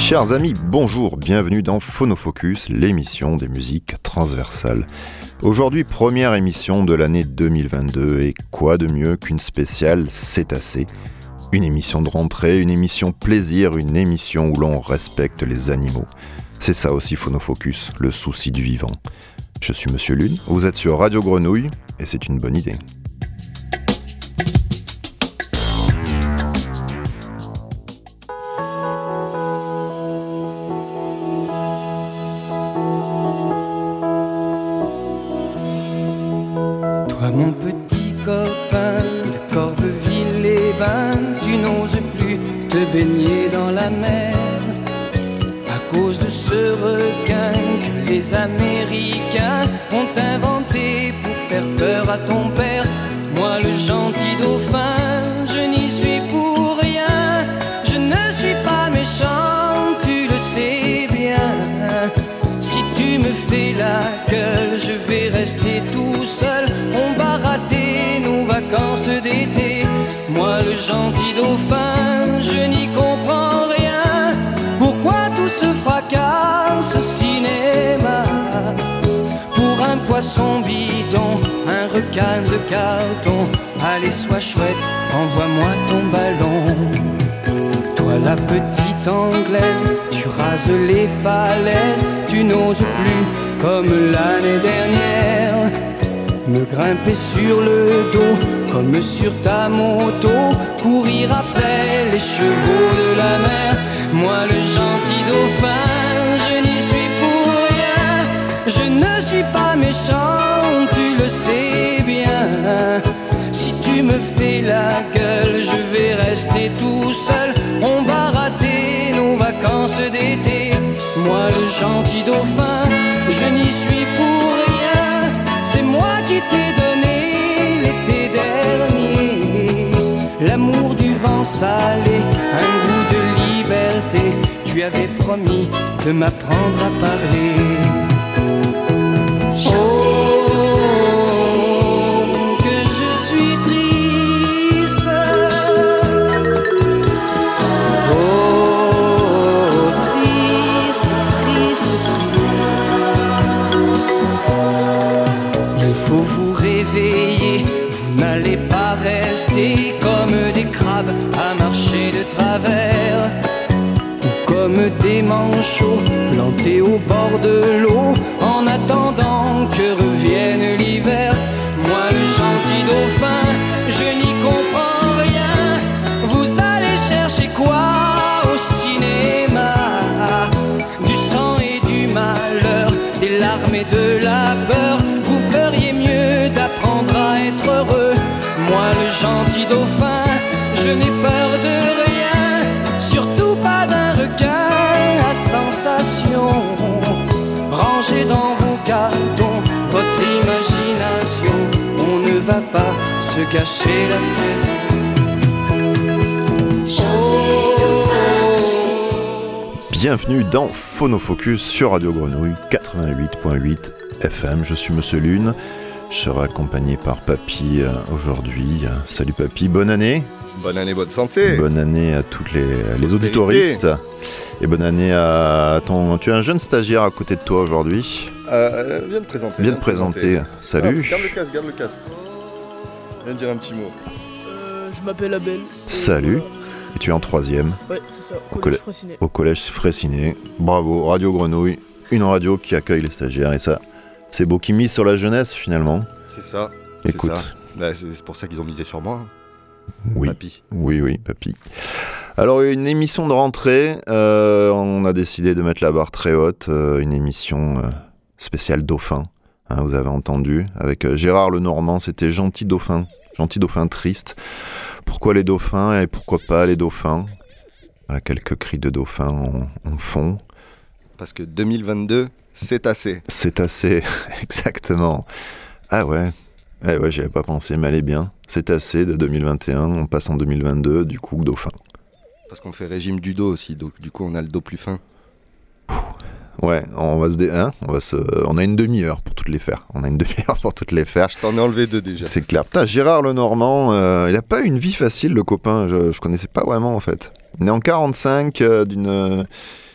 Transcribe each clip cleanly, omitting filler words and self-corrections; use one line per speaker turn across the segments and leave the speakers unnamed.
Chers amis, bonjour, bienvenue dans Phonofocus, l'émission des musiques transversales. Aujourd'hui, première émission de l'année 2022, et quoi de mieux qu'une spéciale cétacé. Une émission de rentrée, une émission plaisir, une émission où l'on respecte les animaux. C'est ça aussi Phonofocus, le souci du vivant. Je suis Monsieur Lune, vous êtes sur Radio Grenouille, et c'est une bonne idée.
Toi mon petit copain de Corbeville-les-Bains, tu n'oses plus te baigner dans la mer à cause de ce requin que les Américains ont inventé pour faire peur à ton père. Moi le gentil dauphin, je n'y suis pour rien, je ne suis pas méchant, tu le sais bien. Si tu me fais la gueule, je vais rester tout seul, on va rater nos vacances d'été. Moi le gentil dauphin, je n'y comprends rien, pourquoi tout ce fracas, ce cinéma? Pour un poisson bidon, un requin de carton, allez sois chouette, envoie-moi ton ballon. Toi la petite anglaise, tu rases les falaises, tu n'oses plus comme l'année dernière me grimper sur le dos comme sur ta moto, courir après les chevaux de la mer. Moi le gentil dauphin, je n'y suis pour rien, je ne suis pas méchant, tu le sais bien. Si tu me fais la gueule, je vais rester tout seul, on va rater nos vacances d'été. Moi le gentil dauphin, je n'y suis pour rien, c'est moi qui t'ai donné l'été dernier l'amour du vent salé, un goût de liberté. Tu avais promis de m'apprendre à parler. Faut vous réveiller, vous n'allez pas rester comme des crabes à marcher de travers, ou comme des manchots plantés au bord de l'eau en attendant que revienne l'hiver. Moi le gentil dauphin, je n'y comprends rien, vous allez chercher quoi au cinéma? Du sang et du malheur, des larmes et de la peur, vous feriez mieux d'apprendre à être heureux. Moi le gentil dauphin, je n'ai peur de rien, surtout pas d'un requin à sensation. Rangez dans vos cartons votre imagination, on ne va pas se gâcher la saison.
Bienvenue dans Phonofocus sur Radio Grenouille 88.8 FM. Je suis Monsieur Lune, je serai accompagné par Papy aujourd'hui. Salut Papy, bonne année.
Bonne année, bonne santé.
Bonne année à tous les auditoristes. Et bonne année à ton... Tu as un jeune stagiaire à côté de toi aujourd'hui.
Viens te présenter.
Viens te présenter. Salut.
Garde le casque. Viens te dire un petit mot.
Je m'appelle Abel.
Salut. Et tu es en 3e.
Ouais, c'est ça,
au collège Fraissinet. Bravo, Radio Grenouille, une radio qui accueille les stagiaires, et ça, c'est beau, qui mise sur la jeunesse finalement.
C'est ça.
Écoute.
C'est ça. Là, c'est pour ça qu'ils ont misé sur moi.
Oui.
Papy.
Oui, Papy. Alors, une émission de rentrée, on a décidé de mettre la barre très haute, une émission spéciale dauphin, hein, vous avez entendu, avec Gérard Lenormand, c'était Gentil dauphin triste. Pourquoi les dauphins et pourquoi pas les dauphins? Voilà, quelques cris de dauphins en fond.
Parce que 2022, c'est assez.
C'est assez, exactement. Ah ouais, j'y avais pas pensé, mais allez bien. C'est assez de 2021, on passe en 2022, du coup, dauphin.
Parce qu'on fait régime du dos aussi, donc du coup on a le dos plus fin.
Ouais, on a une demi-heure pour toutes les faire.
Je t'en ai enlevé 2 déjà.
C'est clair. Putain, Gérard Lenormand, il a pas eu une vie facile, le copain. Je connaissais pas vraiment, en fait. Né en 45, d'une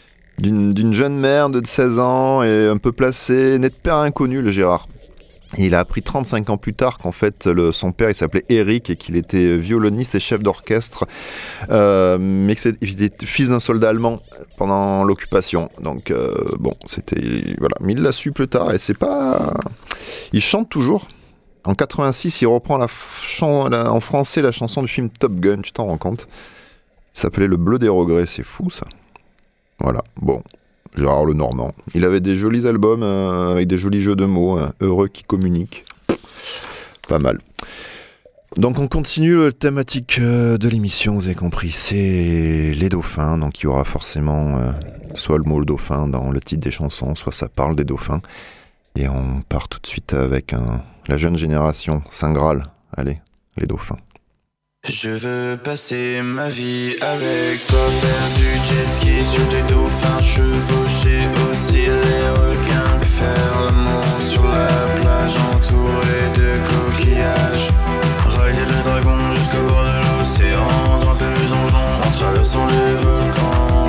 d'une jeune mère de 16 ans et un peu placée, né de père inconnu, le Gérard. Et il a appris 35 ans plus tard qu'en fait son père il s'appelait Eric et qu'il était violoniste et chef d'orchestre, mais qu'il était fils d'un soldat allemand pendant l'occupation. Donc bon, c'était voilà, mais il l'a su plus tard et c'est pas. Il chante toujours. En 86, il reprend en français la chanson du film Top Gun. Tu t'en rends compte? Il s'appelait Le Bleu des Regrets. C'est fou ça. Voilà. Bon. Gérard Lenormand. Il avait des jolis albums avec des jolis jeux de mots, heureux qui communiquent. Pas mal. Donc on continue la thématique de l'émission, vous avez compris, c'est les dauphins. Donc il y aura forcément soit le mot dauphin dans le titre des chansons, soit ça parle des dauphins. Et on part tout de suite avec la jeune génération, Saint Graal. Allez, les dauphins.
Je veux passer ma vie avec toi, faire du jet ski sur des dauphins, chevaucher aussi les requins, faire l'amour sur la plage entourée de coquillages, rider le dragon jusqu'au bord de l'océan, grimper le donjon en traversant les volcans.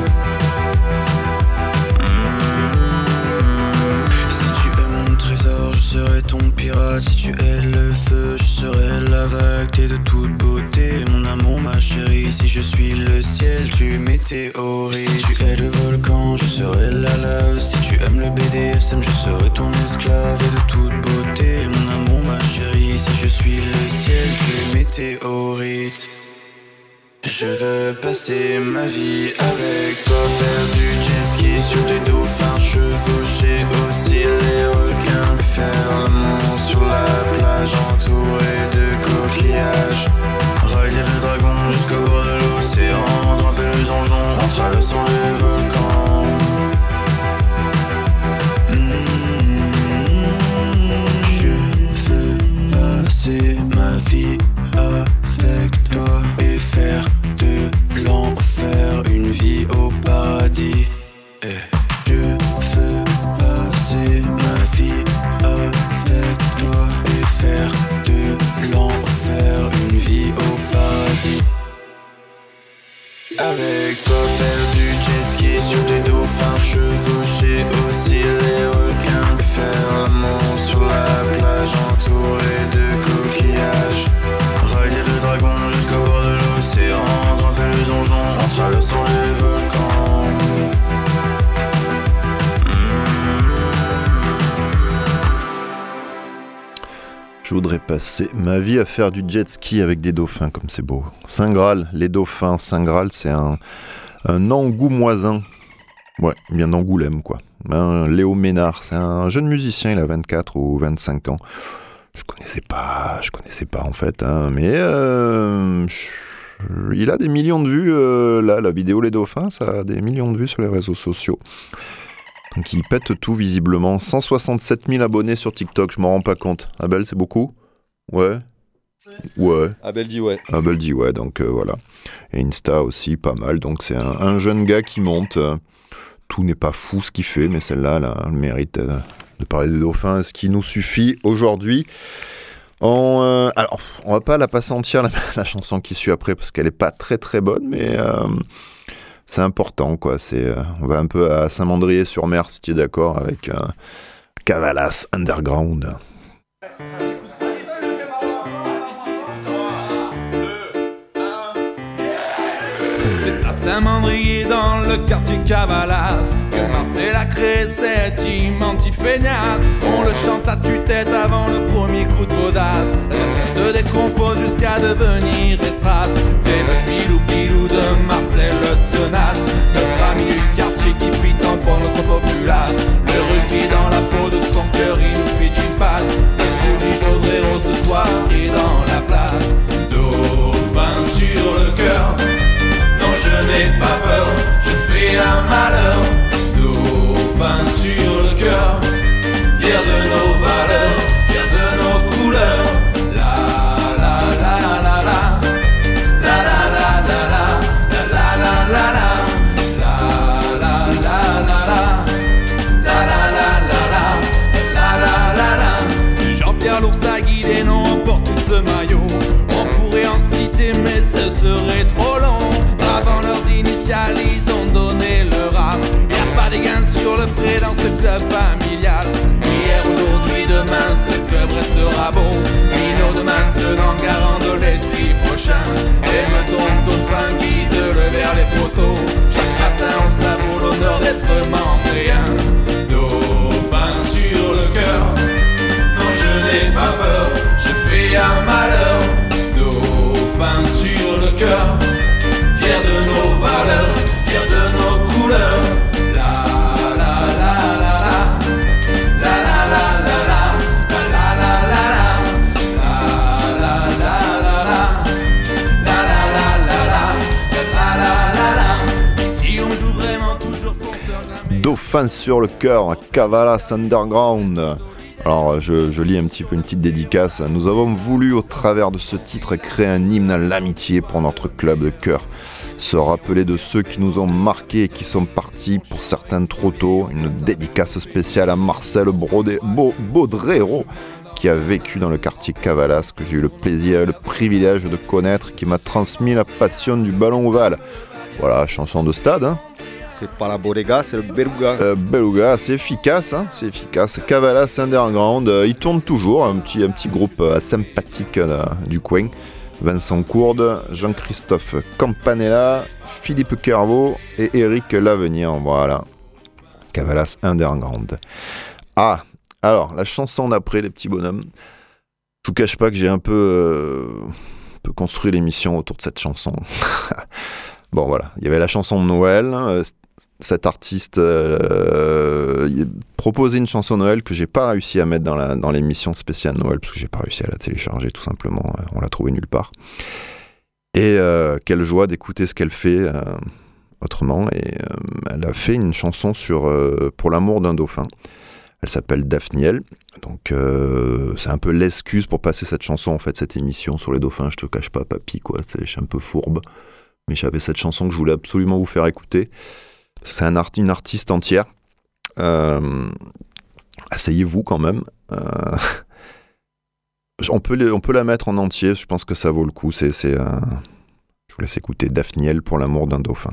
Si tu aimes mon trésor, je serai ton pirate. Si tu es le feu, je serai la vague. T'es de toute beauté, mon amour, ma chérie. Si je suis le ciel, tu météorites. Si tu es le volcan, je serai la lave. Si tu aimes le BDSM, je serai ton esclave. Et de toute beauté, mon amour, ma chérie. Si je suis le ciel, tu météorites. Je veux passer ma vie avec toi, faire du jet ski sur des dauphins, chevaucher aussi les requins, faire l'amour sur la plage entourée de coquillages, rider le dragon jusqu'au bord de l'océan, grimper le donjon en traversant les volcans. Je veux passer ma vie avec toi et faire de l'enfer une vie au paradis. Je veux passer ma vie avec toi et faire de l'enfer une vie au paradis. Avec toi faire du jet ski sur des dauphins, chevaucher aussi les requins, faire l'amour sur la plage entourée de coquillages, rider le dragon jusqu'au bord de l'océan, grimper le donjon en traversant les volcans.
Je voudrais passer ma vie à faire du jet ski avec des dauphins, comme c'est beau. Saint Graal, les dauphins. Saint Graal, c'est un Angoumoisin. Ouais, bien d'Angoulême, quoi. Léo Ménard, c'est un jeune musicien, il a 24 ou 25 ans. Je connaissais pas en fait, hein, mais il a des millions de vues. Là, la vidéo Les Dauphins, ça a des millions de vues sur les réseaux sociaux. Donc il pète tout visiblement. 167 000 abonnés sur TikTok, je m'en rends pas compte. Abel, c'est beaucoup? Ouais. Ouais.
Abel dit ouais.
Abel dit ouais, donc voilà. Et Insta aussi, pas mal. Donc c'est un jeune gars qui monte. Tout n'est pas fou ce qu'il fait, mais celle-là, elle mérite de parler des dauphins. Ce qui nous suffit aujourd'hui. Alors, on va pas la passer entière, la chanson qui suit après, parce qu'elle est pas très très bonne, mais c'est important, quoi. On va un peu à Saint-Mandrier-sur-Mer, si tu es d'accord, avec Cavalas Underground.
C'est à Saint-Mandrier dans le quartier Cavalas que Marcel a créé cette immense feignasse. On le chante à tue-tête avant le premier coup de godasse. Ça se décompose jusqu'à devenir Estras. C'est le pilou-pilou de Marcel le tenace, notre ami du quartier qui fit tampon notre populace. Le rugby dans la peau de son cœur, il nous fit une passe. Le fourni Baudrero ce soir est dans la place. Dauphin sur le cœur, je n'ai pas peur, je fais un malheur. Dauphin sur le cœur, fier de nos valeurs, fier de nos couleurs. La la la la la, la la la la la, la la la la la, la la la la la, la
dauphin sur le cœur, Cavalas Underground. Alors je lis un petit peu une petite dédicace. Nous avons voulu au travers de ce titre créer un hymne à l'amitié pour notre club de cœur. Se rappeler de ceux qui nous ont marqués et qui sont partis pour certains trop tôt. Une dédicace spéciale à Marcel Baudrero qui a vécu dans le quartier Cavalas, que j'ai eu le plaisir et le privilège de connaître, qui m'a transmis la passion du ballon ovale. Voilà, chanson de stade, hein.
C'est pas la Borrega, c'est le Beluga.
Beluga, c'est efficace, hein, c'est efficace. Cavalas Underground, il tourne toujours, un petit groupe sympathique du coin. Vincent Courde, Jean-Christophe Campanella, Philippe Kervaux et Eric Lavenir, voilà. Cavalas Underground. Ah, alors, la chanson d'après, les petits bonhommes. Je vous cache pas que j'ai un peu construit l'émission autour de cette chanson. Bon, voilà, il y avait la chanson de Noël. Cet artiste proposait une chanson Noël que j'ai pas réussi à mettre dans l'émission spéciale Noël, parce que j'ai pas réussi à la télécharger, tout simplement. On l'a trouvée nulle part. Et quelle joie d'écouter ce qu'elle fait autrement. Et elle a fait une chanson pour l'amour d'un dauphin. Elle s'appelle Daphniel, donc c'est un peu l'excuse pour passer cette chanson, en fait, cette émission sur les dauphins. Je te cache pas, papy, quoi, je suis un peu fourbe, mais j'avais cette chanson que je voulais absolument vous faire écouter. C'est une artiste entière. Asseyez-vous quand même. On peut la mettre en entier, je pense que ça vaut le coup. Je vous laisse écouter Daphniel pour l'amour d'un dauphin.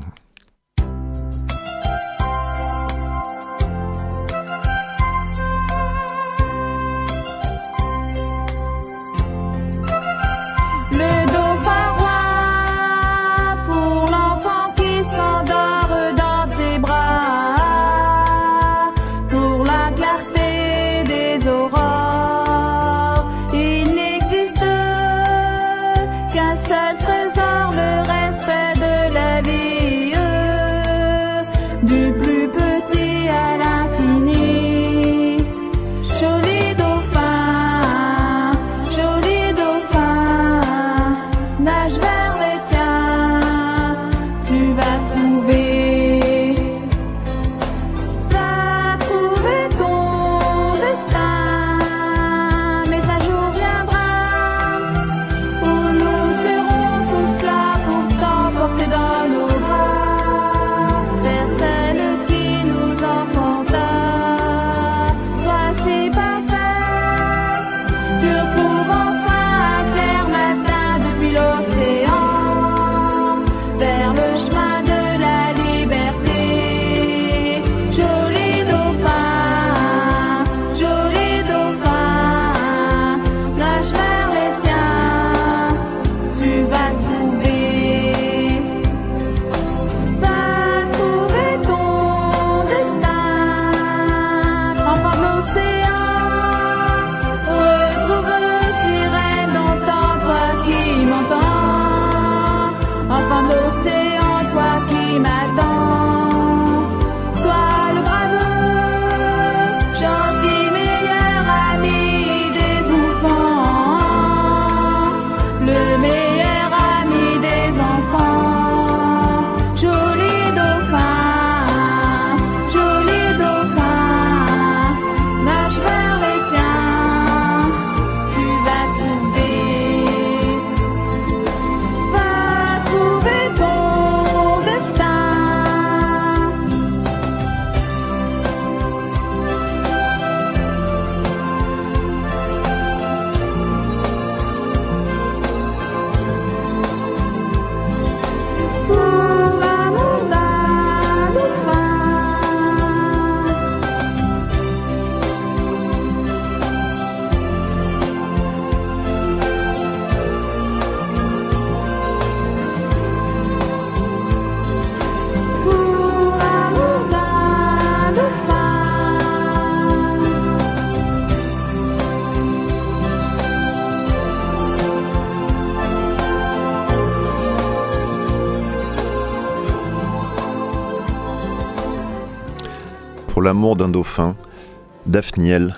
Pour l'amour d'un dauphin, Daphniel,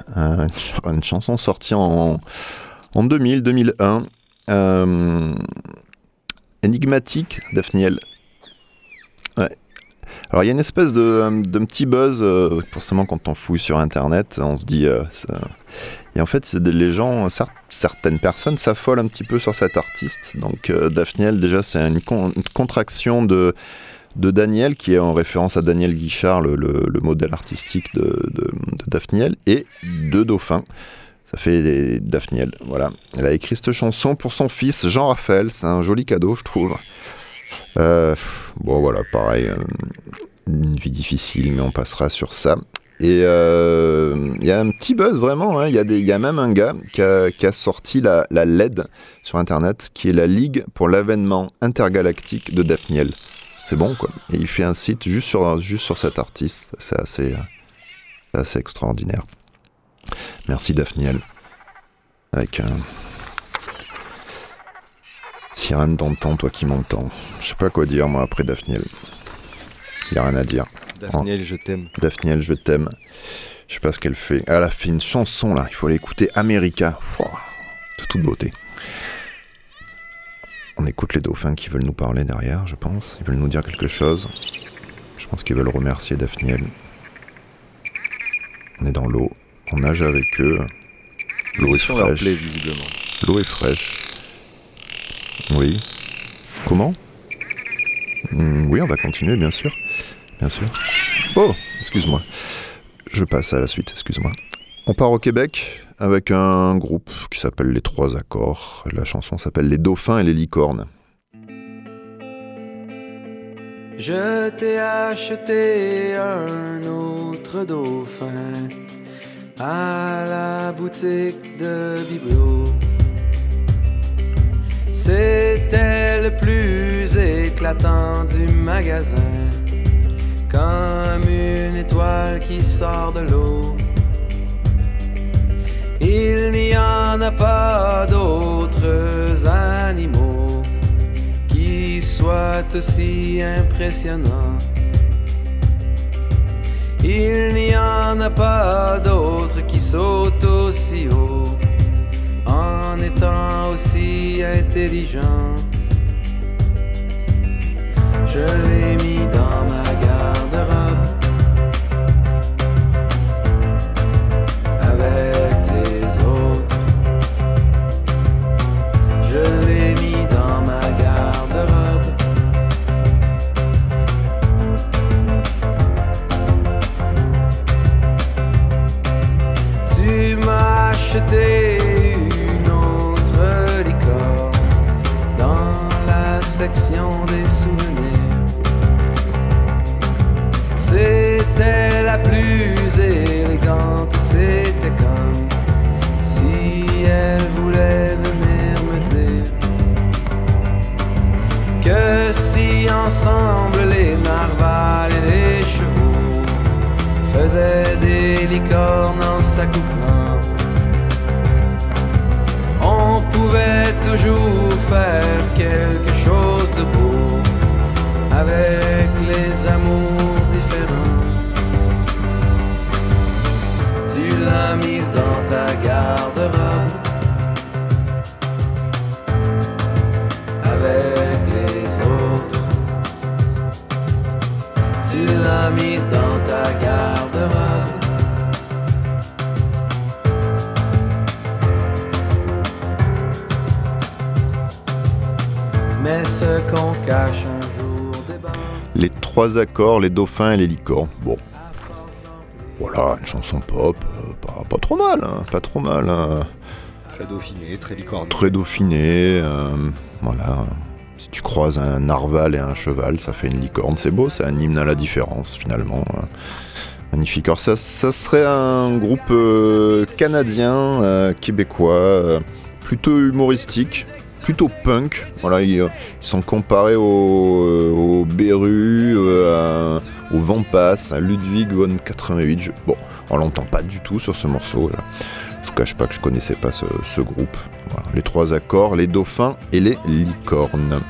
une chanson sortie en 2001, énigmatique, Daphniel. Ouais. Alors il y a une espèce de petit buzz, forcément quand on fouille sur internet, on se dit... Et en fait, les gens, certaines personnes s'affolent un petit peu sur cet artiste. Donc Daphniel, déjà c'est une contraction de Daniel, qui est en référence à Daniel Guichard, le modèle artistique de Daphniel, et de Dauphin. Ça fait Daphniel, voilà. Elle a écrit cette chanson pour son fils Jean-Raphaël, c'est un joli cadeau je trouve. Bon voilà, pareil, une vie difficile, mais on passera sur ça. Et il y a un petit buzz vraiment, hein. Il y a même un gars qui a sorti la LED sur internet, qui est la Ligue pour l'avènement intergalactique de Daphniel. C'est bon quoi. Et il fait un site juste sur cet artiste, c'est assez extraordinaire. Merci Daphniel. Avec un... Sirène d'antan, toi qui m'entends. Je sais pas quoi dire moi après Daphniel. Il y a rien à dire.
Daphniel, je t'aime.
Daphniel, je t'aime. Je sais pas ce qu'elle fait. Elle a fait une chanson là, il faut l'écouter. America. De toute beauté. On écoute les dauphins qui veulent nous parler derrière, je pense. Ils veulent nous dire quelque chose. Je pense qu'ils veulent remercier Daphniel. On est dans l'eau. On nage avec eux. L'eau est
Sur leur
fraîche.
plaie, visiblement.
L'eau est fraîche. Oui. Comment ? Oui, on va continuer, bien sûr. Bien sûr. Oh, excuse-moi. Je passe à la suite, excuse-moi. On part au Québec avec un groupe qui s'appelle Les Trois Accords. La chanson s'appelle Les Dauphins et les Licornes.
Je t'ai acheté un autre dauphin à la boutique de Biblo. C'était le plus éclatant du magasin, comme une étoile qui sort de l'eau. Il n'y en a pas d'autres animaux qui soient aussi impressionnants. Il n'y en a pas d'autres qui sautent aussi haut en étant aussi intelligents. Je l'ai mis dans ma garde-robe avec les autres. Je l'ai mis dans ma garde-robe. Tu m'as acheté une autre licorne dans la section des souvenirs. C'était la plus élégante, c'était comme si elle voulait venir me dire que si ensemble les narvals et les chevaux faisaient des licornes en s'accouplant, on pouvait toujours faire quelque chose de beau avec les amours différents. Tu l'as mise dans ta garde-robe avec les autres. Tu l'as mise dans ta garde-robe. Mais ce qu'on cache un jour débarque.
Les Trois Accords, les Dauphins et les Licornes. Bon. Voilà, une chanson pop, pas trop mal, hein, pas trop mal. Hein.
Très dauphiné, très licorne.
Très dauphiné, voilà. Si tu croises un narval et un cheval, ça fait une licorne. C'est beau, c'est un hymne à la différence, finalement. Magnifique. Alors ça serait un groupe canadien, québécois, plutôt humoristique, plutôt punk. Voilà, ils sont comparés au Beru, au Vampas, à Ludwig von 88. Bon, on l'entend pas du tout sur ce morceau. Là. Je vous cache pas que je connaissais pas ce groupe. Voilà. Les Trois Accords, les Dauphins et les Licornes.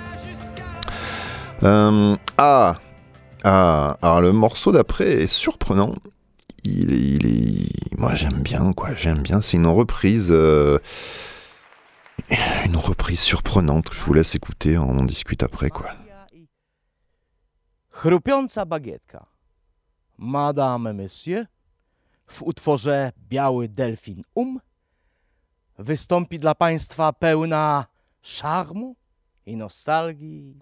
Alors le morceau d'après est surprenant. Il est... Moi j'aime bien, quoi. J'aime bien. C'est une reprise surprenante. Je vous laisse écouter. On en discute après, quoi.
Chrupiąca bagietka. Madame, Monsieur w utworze Biały Delfin wystąpi dla Państwa pełna szarmu i nostalgii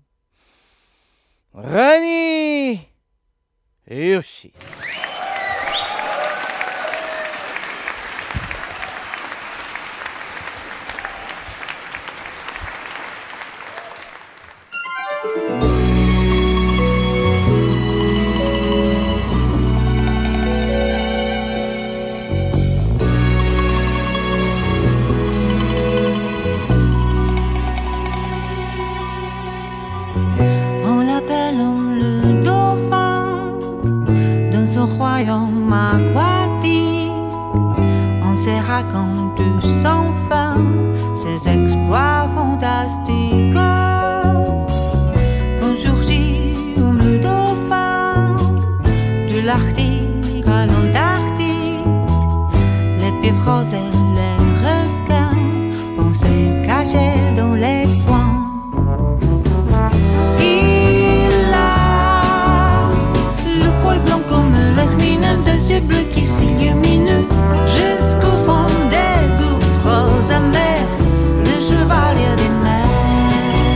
Reni Jusis.
Royaume aquatique, on se raconte sans fin ses exploits fantastiques. Quand surgit le dauphin, de l'Arctique à l'Antarctique, les pieuvres et les requins vont se cacher dans les coins. Des yeux bleus qui s'illuminent jusqu'au fond des gouffres amers, le chevalier des mers.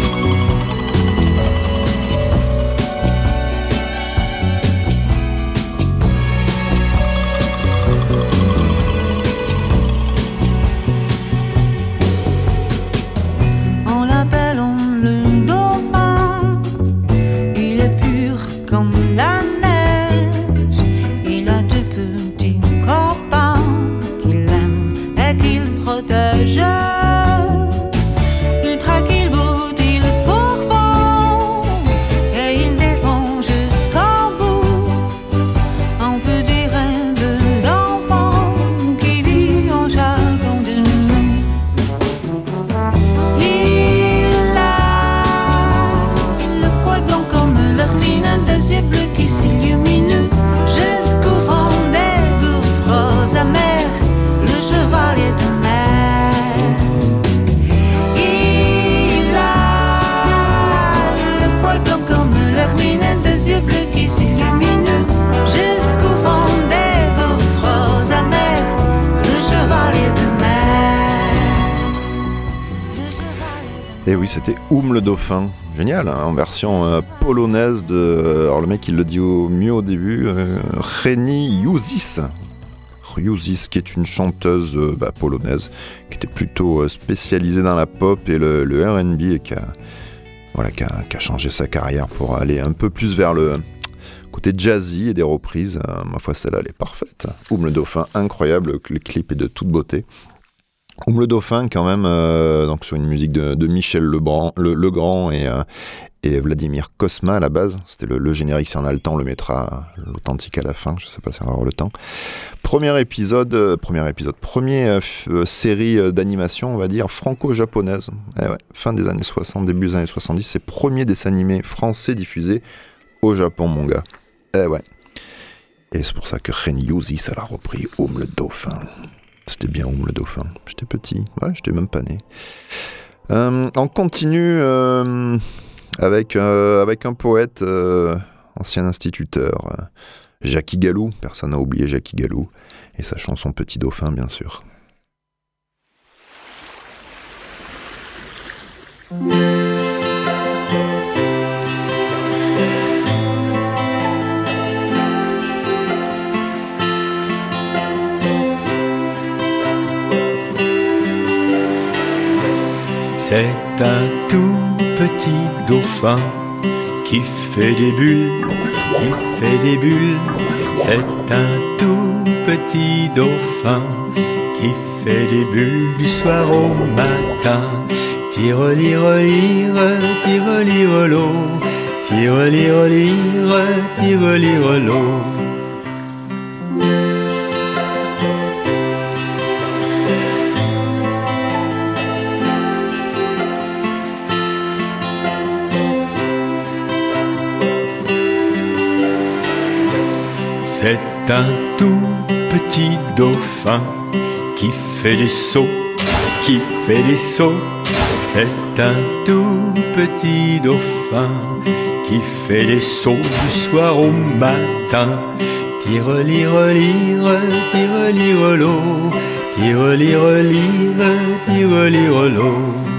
On l'appelle le dauphin, il est pur comme la neige. Il a deux petits copains qu'il aime et qu'il protège. Il traque, il boude, il pourfend et il défend jusqu'au bout. Un petit rêve d'enfant qui vit en chacun de nous. Il a le poil blanc comme leur mine, des yeux bleus qui s'illuminent jusqu'au fond des gouffres amers, le chevalier de mer. Il a le poil blanc comme l'hermine, des yeux bleus qui s'illuminent jusqu'au fond des gouffres amers, le chevalier de mer.
Et oui, c'était le dauphin. Génial, hein, en version polonaise de... Alors le mec il le dit mieux au début, Reni Jusis. Jusis qui est une chanteuse polonaise qui était plutôt spécialisée dans la pop et le R&B et qui a changé sa carrière pour aller un peu plus vers le côté jazzy et des reprises. Ma foi celle-là elle est parfaite. Le dauphin, incroyable, le clip est de toute beauté. Le dauphin quand même, donc sur une musique de Michel Legrand et Vladimir Cosma à la base. C'était le générique, si on a le temps on le mettra l'authentique à la fin, je sais pas si on va avoir le temps. Première série d'animation, on va dire, franco-japonaise. Fin des années 60, début des années 70, c'est premier dessin animé français diffusé au Japon, mon gars. Et c'est pour ça que Ren Yuzi, ça l'a repris, le dauphin. C'était bien le dauphin. J'étais petit, j'étais même pas né. On continue avec un poète, ancien instituteur, Jackie Gallou. Personne n'a oublié Jackie Gallou. Et sa chanson Petit Dauphin, bien sûr.
C'est un tout petit dauphin qui fait des bulles, C'est un tout petit dauphin qui fait des bulles du soir au matin. Tire-lire-lire, tire-lire-l'eau, tire-lire-lire, tire-lire-l'eau. C'est un tout petit dauphin qui fait des sauts, C'est un tout petit dauphin qui fait des sauts du soir au matin. Tire-lire-lire, tire-lire-l'eau, tire-lire-lire, tire-lire-l'eau.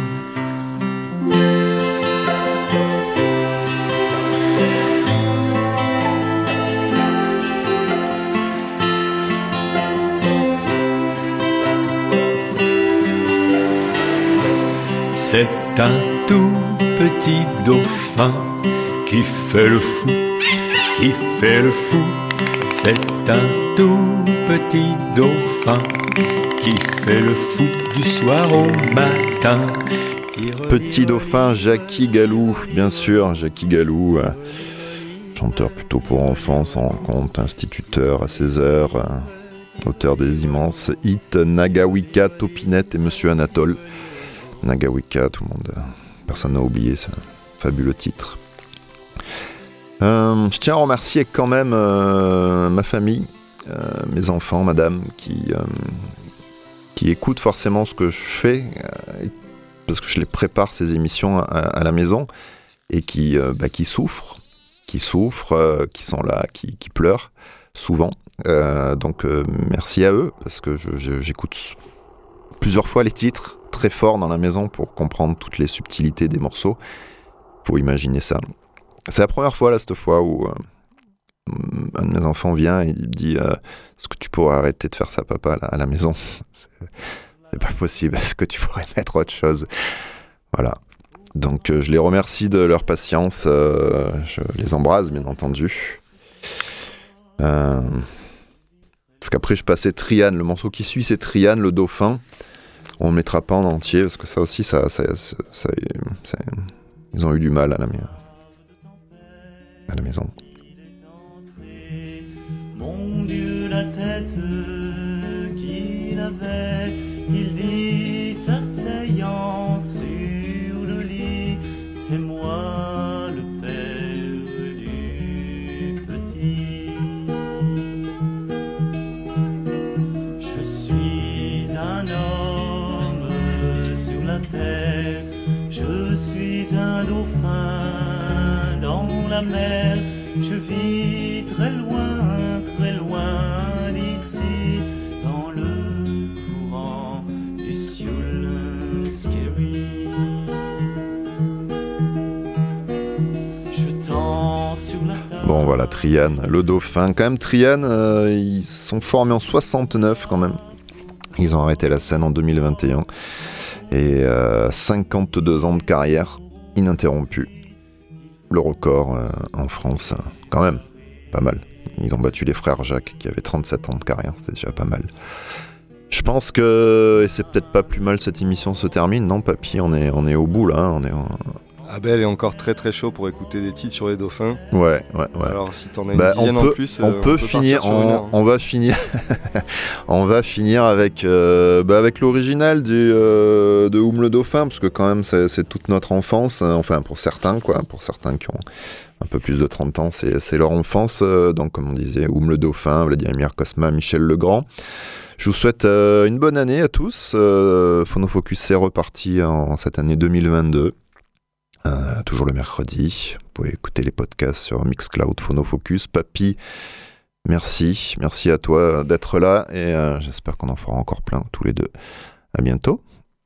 C'est un tout petit dauphin qui fait le fou, qui fait le fou. C'est un tout petit dauphin qui fait le fou du soir au matin.
Petit dauphin, Jackie Galou, bien sûr, Jackie Galou, chanteur plutôt pour enfants, sans compte, instituteur à ses heures, auteur des immenses hits Nagawika, Topinette et Monsieur Anatole. Nagawika, tout le monde, personne n'a oublié ce fabuleux titre. Je tiens à remercier quand même ma famille, mes enfants, madame, qui écoutent forcément ce que je fais, parce que je les prépare ces émissions à la maison, et qui souffrent, qui sont là, qui pleurent souvent. Donc merci à eux, parce que j'écoute plusieurs fois les titres, très fort dans la maison pour comprendre toutes les subtilités des morceaux. Faut imaginer ça. C'est la première fois, là, cette fois, où un de mes enfants vient et il me dit est-ce que tu pourrais arrêter de faire ça, papa, là, à la maison? C'est pas possible. Est-ce que tu pourrais mettre autre chose? Voilà. Donc, je les remercie de leur patience. Je les embrasse, bien entendu. Parce qu'après, je passais Triane. Le morceau qui suit, c'est Triane, le dauphin. On ne mettra pas en entier, parce que ça aussi, ils ont eu du mal à la maison.
Mon Dieu, la tête qu'il avait, il dit, s'asseyant sur le lit, c'est moi le père du petit. Je suis un homme sur la terre, je suis un dauphin dans la mer, je vis très loin d'ici, dans le courant du Siouls-Skerry. Je tends sur la table.
Bon voilà, Triane, le dauphin. Quand même, Triane, ils sont formés en 69 quand même. Ils ont arrêté la scène en 2021. Et 52 ans de carrière ininterrompue. Le record en France, quand même, pas mal. Ils ont battu les frères Jacques qui avaient 37 ans de carrière, c'était déjà pas mal. Je pense que c'est peut-être pas plus mal, cette émission se termine, non papy, on est au bout là, on est
Abel est encore très très chaud pour écouter des titres sur les dauphins.
Ouais.
Alors si t'en as une dizaine en plus,
on va finir avec l'original de Oum le dauphin, parce que quand même c'est toute notre enfance, enfin pour certains qui ont un peu plus de 30 ans, c'est leur enfance, donc comme on disait, Oum le dauphin, Vladimir Cosma, Michel Legrand. Je vous souhaite une bonne année à tous. Phonofocus c'est reparti en cette année 2022. Toujours le mercredi. Vous pouvez écouter les podcasts sur Mixcloud, Phonofocus. Papy, merci à toi d'être là et j'espère qu'on en fera encore plein tous les deux. À bientôt.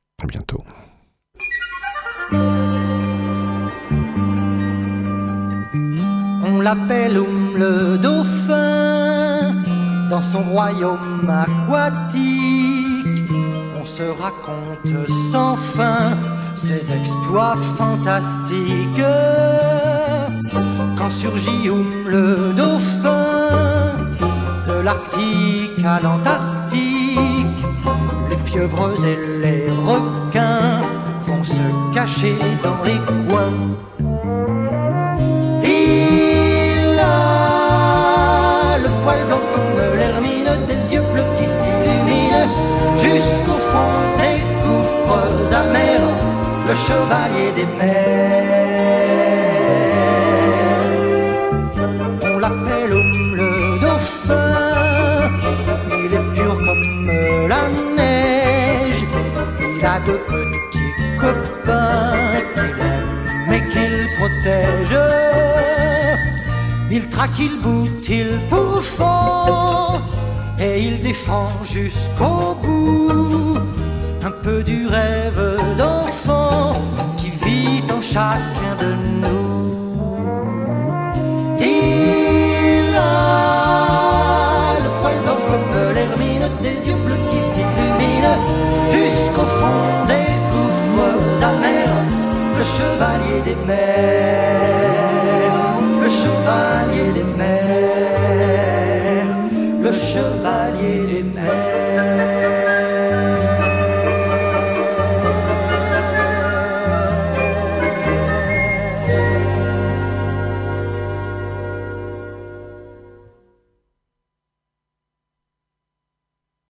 On l'appelle Oum le dauphin dans son royaume aquatique. On se raconte sans fin ses exploits fantastiques. Quand surgit Oum le dauphin, de l'Arctique à l'Antarctique, les pieuvres et les requins vont se cacher dans les coins. Il a le poil blanc comme l'hermine, des yeux bleus qui s'illuminent jusqu'au fond des gouffres amers, le chevalier des mers. On l'appelle Oum le dauphin, il est pur comme la neige. Il a de petits copains qu'il aime et qu'il protège.
Il traque, il boute, il pourfend, et il défend jusqu'au bout un peu du rêve d'enfant qui vit en chacun de nous. Il a le poil blanc comme l'hermine, des yeux bleus qui s'illuminent jusqu'au fond des gouffres amers, le chevalier des mers.